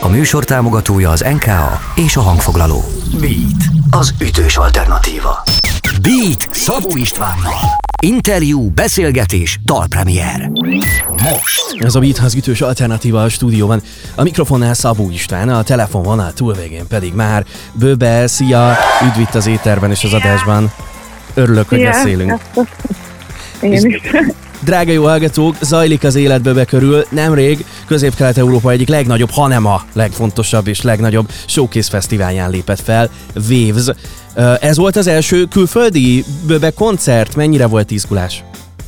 A műsor támogatója az NKA és a hangfoglaló. Beat, az ütős alternatíva. Beat Szabó Istvánnal. Interjú, beszélgetés, dalpremier. Most. Ez a Beat, az ütős alternatíva a stúdióban. A mikrofonnál Szabó István, a telefonvonal túlvégén pedig már Böbe. Szia! Üdv itt az éterben és az adásban. Örülök, hogy beszélünk. Én is. Drága jó hallgatók, zajlik az élet Böbe körül. Nemrég Közép-Kelet-Európa egyik legnagyobb, hanem a legfontosabb és legnagyobb showcase fesztiválján lépett fel, Waves. Ez volt az első külföldi Böbe koncert, mennyire volt izgulás?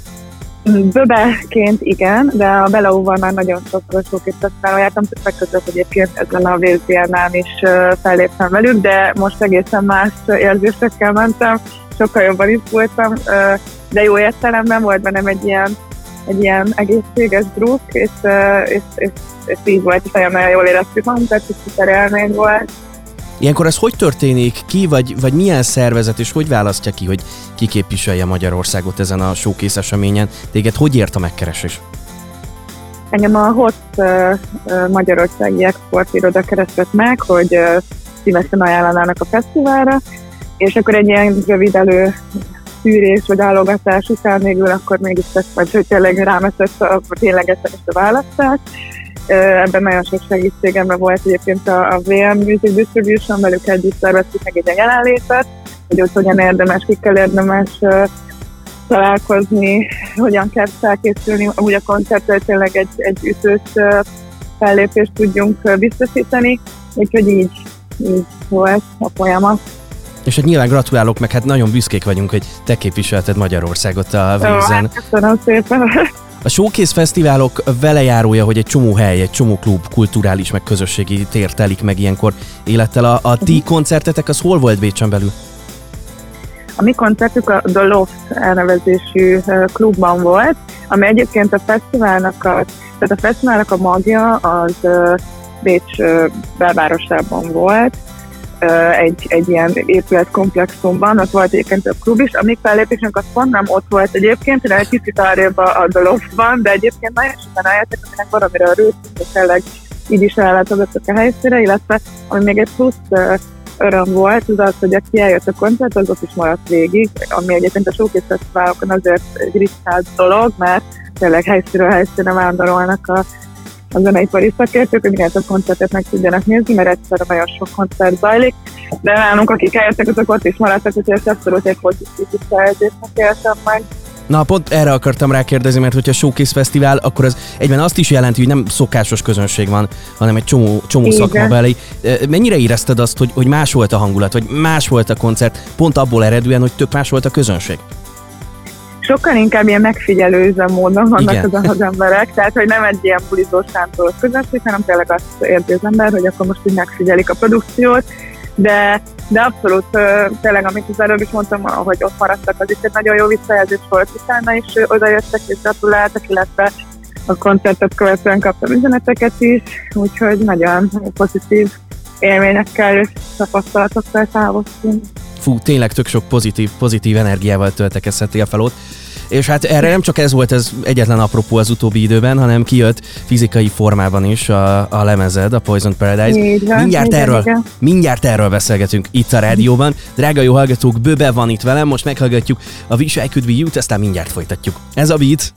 Böbeként igen, de a Beleóval már nagyon sok showcase fesztiválon jártam, többek között egyébként ezen a Waves Biennálén is felléptem velük, de most egészen más érzésekkel mentem, sokkal jobban izgultam, de jó értelemben volt bennem egy ilyen egészséges druk, és így volt, és nagyon jól éreztük magunkat, és szuper élmény volt. Ilyenkor ez hogy történik? Ki vagy milyen szervezet, és hogy választja ki, hogy ki képviselje Magyarországot ezen a showcase eseményen? Téged hogy ért a megkeresés? Engem a HOT Magyarországi Exportiroda keresett meg, hogy szívesen ajánlanának a fesztiválra, és akkor egy ilyen rövid szűrés vagy állogatás után végül akkor mégis vagy hogy tényleg rám esett akkor ténylegesen is a választás. Ebben nagyon sok segítségemre volt egyébként a VM Music Distribution, velük együtt szerveztük meg egy jelenlétet, hogy ott hogyan érdemes, kikkel érdemes találkozni, hogyan kell felkészülni, úgy a koncertre tényleg egy ütős fellépést tudjunk biztosítani, úgyhogy így volt a folyamat. És hát nyilván gratulálok, meg hát nagyon büszkék vagyunk, hogy te képviselted Magyarországot a Waves-en. Köszönöm szépen! A showcase fesztiválok velejárója, hogy egy csomó hely, egy csomó klub, kulturális, meg közösségi tér telik meg ilyenkor élettel. A ti koncertetek az hol volt Bécsen belül? A mi koncertük a The Loft elnevezésű klubban volt, ami egyébként a fesztiválnak a magja az Bécs belvárosában volt, egy ilyen épületkomplexumban, ott volt egyébként a klub is, a mi fellépésünk az pont nem ott volt egyébként, de egy kicsit arrébb a The Loftban, de egyébként nagyon sokan eljöttek, aminek valamire örültünk, és tényleg így is ellátogattak a helyszínre, illetve ami még egy plusz öröm volt, az, hogy aki eljött a koncert, az ott is maradt végig, ami egyébként a showcase fesztiválokon azért egy ritkát dolog, mert tényleg helyszínről helyszínre vándorolnak a zeneipari szakértők, hogy minél több koncertet meg tudjanak nézni, mert egyszerűen nagyon sok koncert zajlik, de nálunk, akik eljöttek, azok ott is maradtak, úgyhogy ezt abszolút egy pozitív visszajelzésnek éltem meg. Na, pont erre akartam rákérdezni, mert hogyha showcase fesztivál, akkor az egyben azt is jelenti, hogy nem szokásos közönség van, hanem egy csomó szakma belé. Mennyire érezted azt, hogy más volt a hangulat, vagy más volt a koncert, pont abból eredően, hogy tök más volt a közönség? Sokkal inkább ilyen megfigyelő üzemmódon vannak az emberek, tehát hogy nem egy ilyen bulizós táncolós közönség, hanem tényleg azt érzi az ember, hogy akkor most így megfigyelik a produkciót, de abszolút tényleg, amit az előbb is mondtam, hogy ott maradtak, az is egy nagyon jó visszajelzés volt utána, és odajöttek és gratuláltak, illetve a koncertet követően kaptam üzeneteket is, úgyhogy nagyon pozitív élményekkel és tapasztalatokkal távoztunk. Fú, tényleg tök sok pozitív energiával töltekezhetél fel ott. És hát erre nem csak ez volt ez egyetlen apropó az utóbbi időben, hanem kijött fizikai formában is a lemezed, a Poison Paradise. Mindjárt erről beszélgetünk itt a rádióban. Drága jó hallgatók, Böbe van itt velem, most meghallgatjuk a Wish I Could Be You-t, aztán mindjárt folytatjuk. Ez a Beat.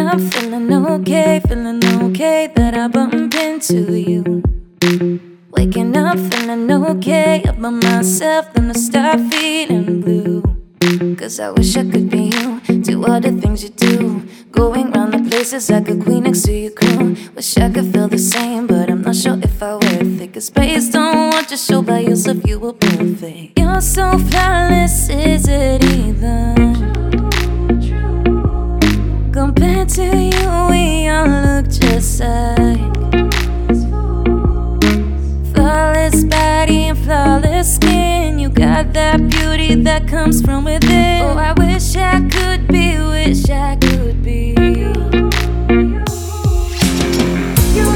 Waking up feeling okay about myself, then I start feeling blue. Cause I wish I could be you, do all the things you do, going round the places like a queen next to your crew. Wish I could feel the same, but I'm not sure if I worth it. Cause based on what you show by yourself, you were perfect. You're so flawless, is it even? Compared to you, we all look just like flawless body and flawless skin. You got that beauty that comes from within. Oh, I wish I could be, wish I could be you.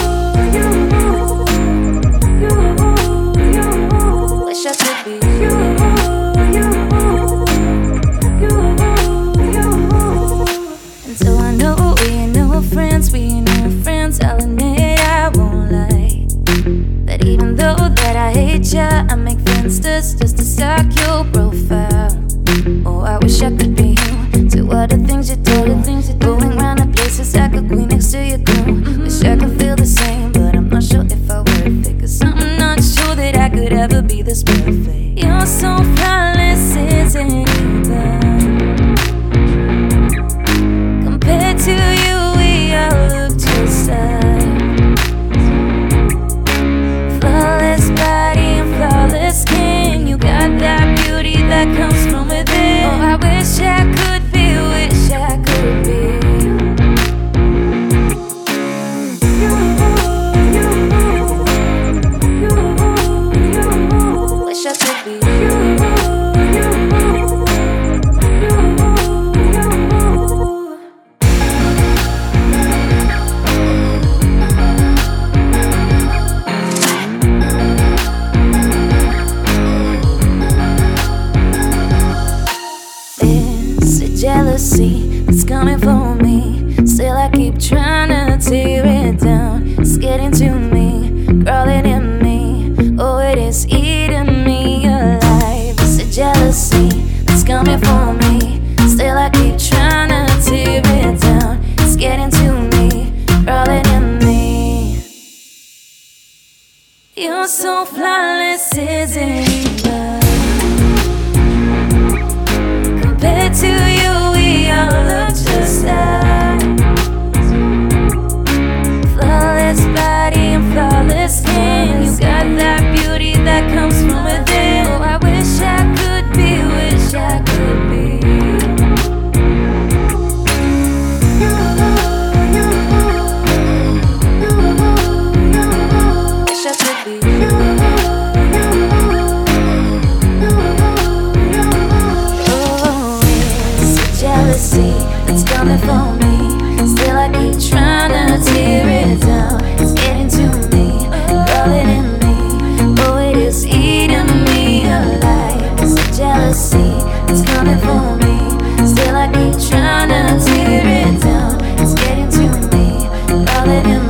Wish I could be you. And so I know we ain't no friends, I'll admit I won't lie. You're so flawless, isn't love? Compared to you, we all look just like flawless body and flawless skin. You got that beauty that comes from within. Oh, I wish I could be, wish I could be. Wish I could be. Oh, it's jealousy that's coming for me. Still I keep trying to tear it down. It's getting to me, crawling in me. Oh, it is eating me alive. It's the jealousy that's coming for me. Still I keep trying to tear it down. It's getting to me, crawling in me.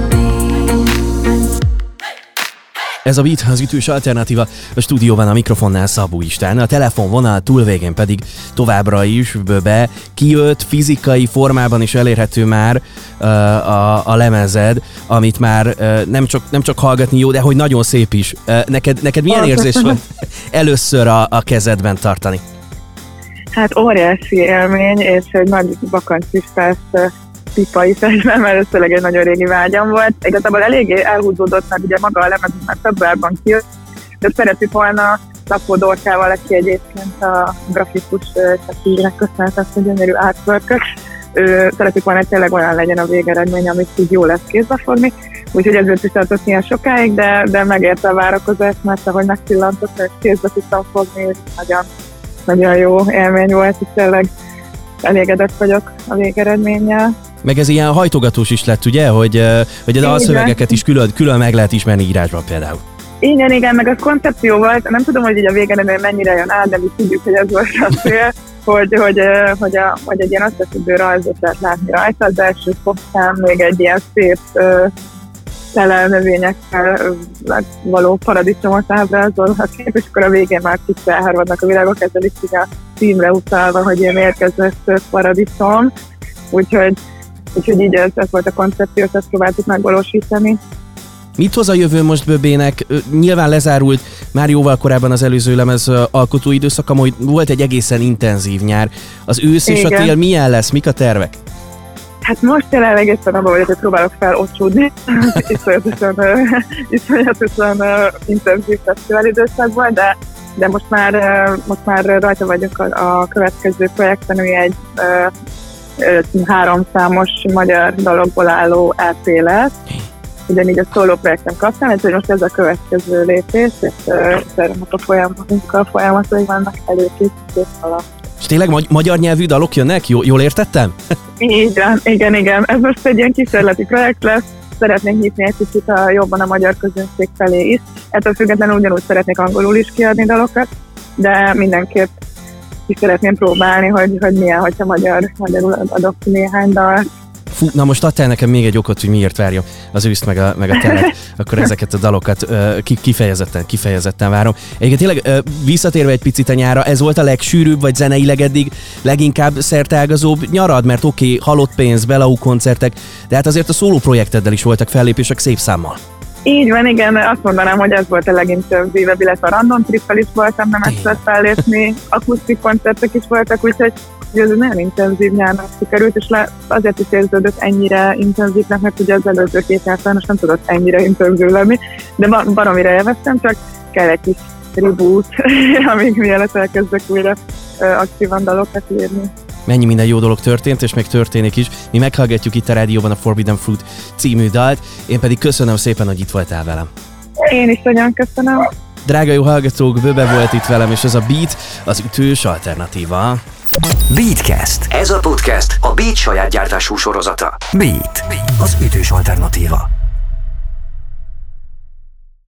Ez a Beat, az ütős alternatíva, a stúdióban a mikrofonnál Szabó István, a telefonvonal túlvégén pedig továbbra is be kijött, fizikai formában is elérhető már a lemezed, amit már nem csak hallgatni jó, de hogy nagyon szép is. Neked milyen érzés volt először a kezedben tartani? Hát óriási élmény, és egy nagy bakancsistás pipa is egyben, mert ez tényleg egy nagyon régi vágyam volt. Igazából eléggé elhúzódott, mert ugye maga a lemez már februárban kijött, de szeretük volna Lapó Dorkával, aki egyébként a grafikus Csakinek köszönhet azt a gyönyörű artwork-öt. Szeretük volna, hogy tényleg olyan legyen a végeredmény, amit így jó lesz kézbe fogni. Úgyhogy ezért is tartott ilyen sokáig, de megérte a várakozás, mert ahogy megpillantott, és kézbe tudtam fogni, és nagyon, nagyon jó élmény volt, és tényleg elégedett vagyok a végeredménnyel. Meg ez ilyen hajtogatós is lett, ugye? Hogy a dalszövegeket is külön meg lehet ismerni írásban például. Igen, meg az koncepció volt, nem tudom, hogy így a végeredmény mennyire jön át, de mi tudjuk, hogy ez volt a cél, hogy egy ilyen összefüggő rajzot lehet látni rajta, az első fokszám még egy ilyen szép tele növényekkel való paradicsomot ábrázol a kép, és akkor a végén már kicsit elharvadnak a virágok, ezzel is így a címre utalva, hogy ilyen érkezett paradicsom, úgyhogy így ez volt a koncepció, ezt próbáltuk megvalósítani. Mit hoz a jövő most Böbének? Nyilván lezárult már jóval korábban az előző lemez alkotó időszaka, hogy volt egy egészen intenzív nyár. Az ősz és a tél milyen lesz? Mik a tervek? Hát most jelenleg éppen abban vagyok, hogy próbálok felocsúdni, iszonyatosan intenzív fesztivál időszakban, de most már rajta vagyok a következő projekten, ami egy 3 számos magyar dalokból álló EP lesz. Ugyanígy a szóló projektem kapcsán, úgyhogy most ez a következő lépés, és szerintem a folyamatok vannak előkészítés alatt. És tényleg magyar nyelvű dalok jönnek? Jól értettem? Igen. Ez most egy ilyen kísérleti projekt lesz. Szeretnénk nyitni egy kicsit jobban a magyar közönség felé is. Ettől függetlenül ugyanúgy szeretnék angolul is kiadni dalokat, de mindenképp is szeretném próbálni, hogy milyen, hogyha magyarul adok néhány dalt. Fú, na most adtál nekem még egy okot, hogy miért várjam az őszt meg a telet, akkor ezeket a dalokat kifejezetten várom. Egyébként tényleg visszatérve egy picit a nyára, ez volt a legsűrűbb, vagy zeneileg eddig leginkább szerteágazóbb nyarad, mert oké, Halott pénz, Belau koncertek, de hát azért a szóló projekteddel is voltak fellépések szép számmal. Így van, igen, azt mondanám, hogy ez volt a legintenzívebb, illetve a Random Trippel is voltam, nem ezt fellépni, akusztik koncertek is voltak, úgyhogy ez nagyon intenzív nyárnak sikerült, és azért is érződött ennyire intenzívnek, mert ugye az előző 2 nyár sajnos nem tudott ennyire intenzív lenni, de baromira élveztem, csak kell egy kis reboot, amíg mielőtt elkezdek újra aktívan dalokat írni. Mennyi minden jó dolog történt, és még történik is. Mi meghallgatjuk itt a rádióban a Forbidden Fruit című dalt, én pedig köszönöm szépen, hogy itt voltál velem. Én is nagyon köszönöm. Drága jó hallgatók, Böbe volt itt velem, és ez a Beat, az ütős alternatíva. Beatcast. Ez a podcast a Beat saját gyártású sorozata. Beat, az ütős alternatíva.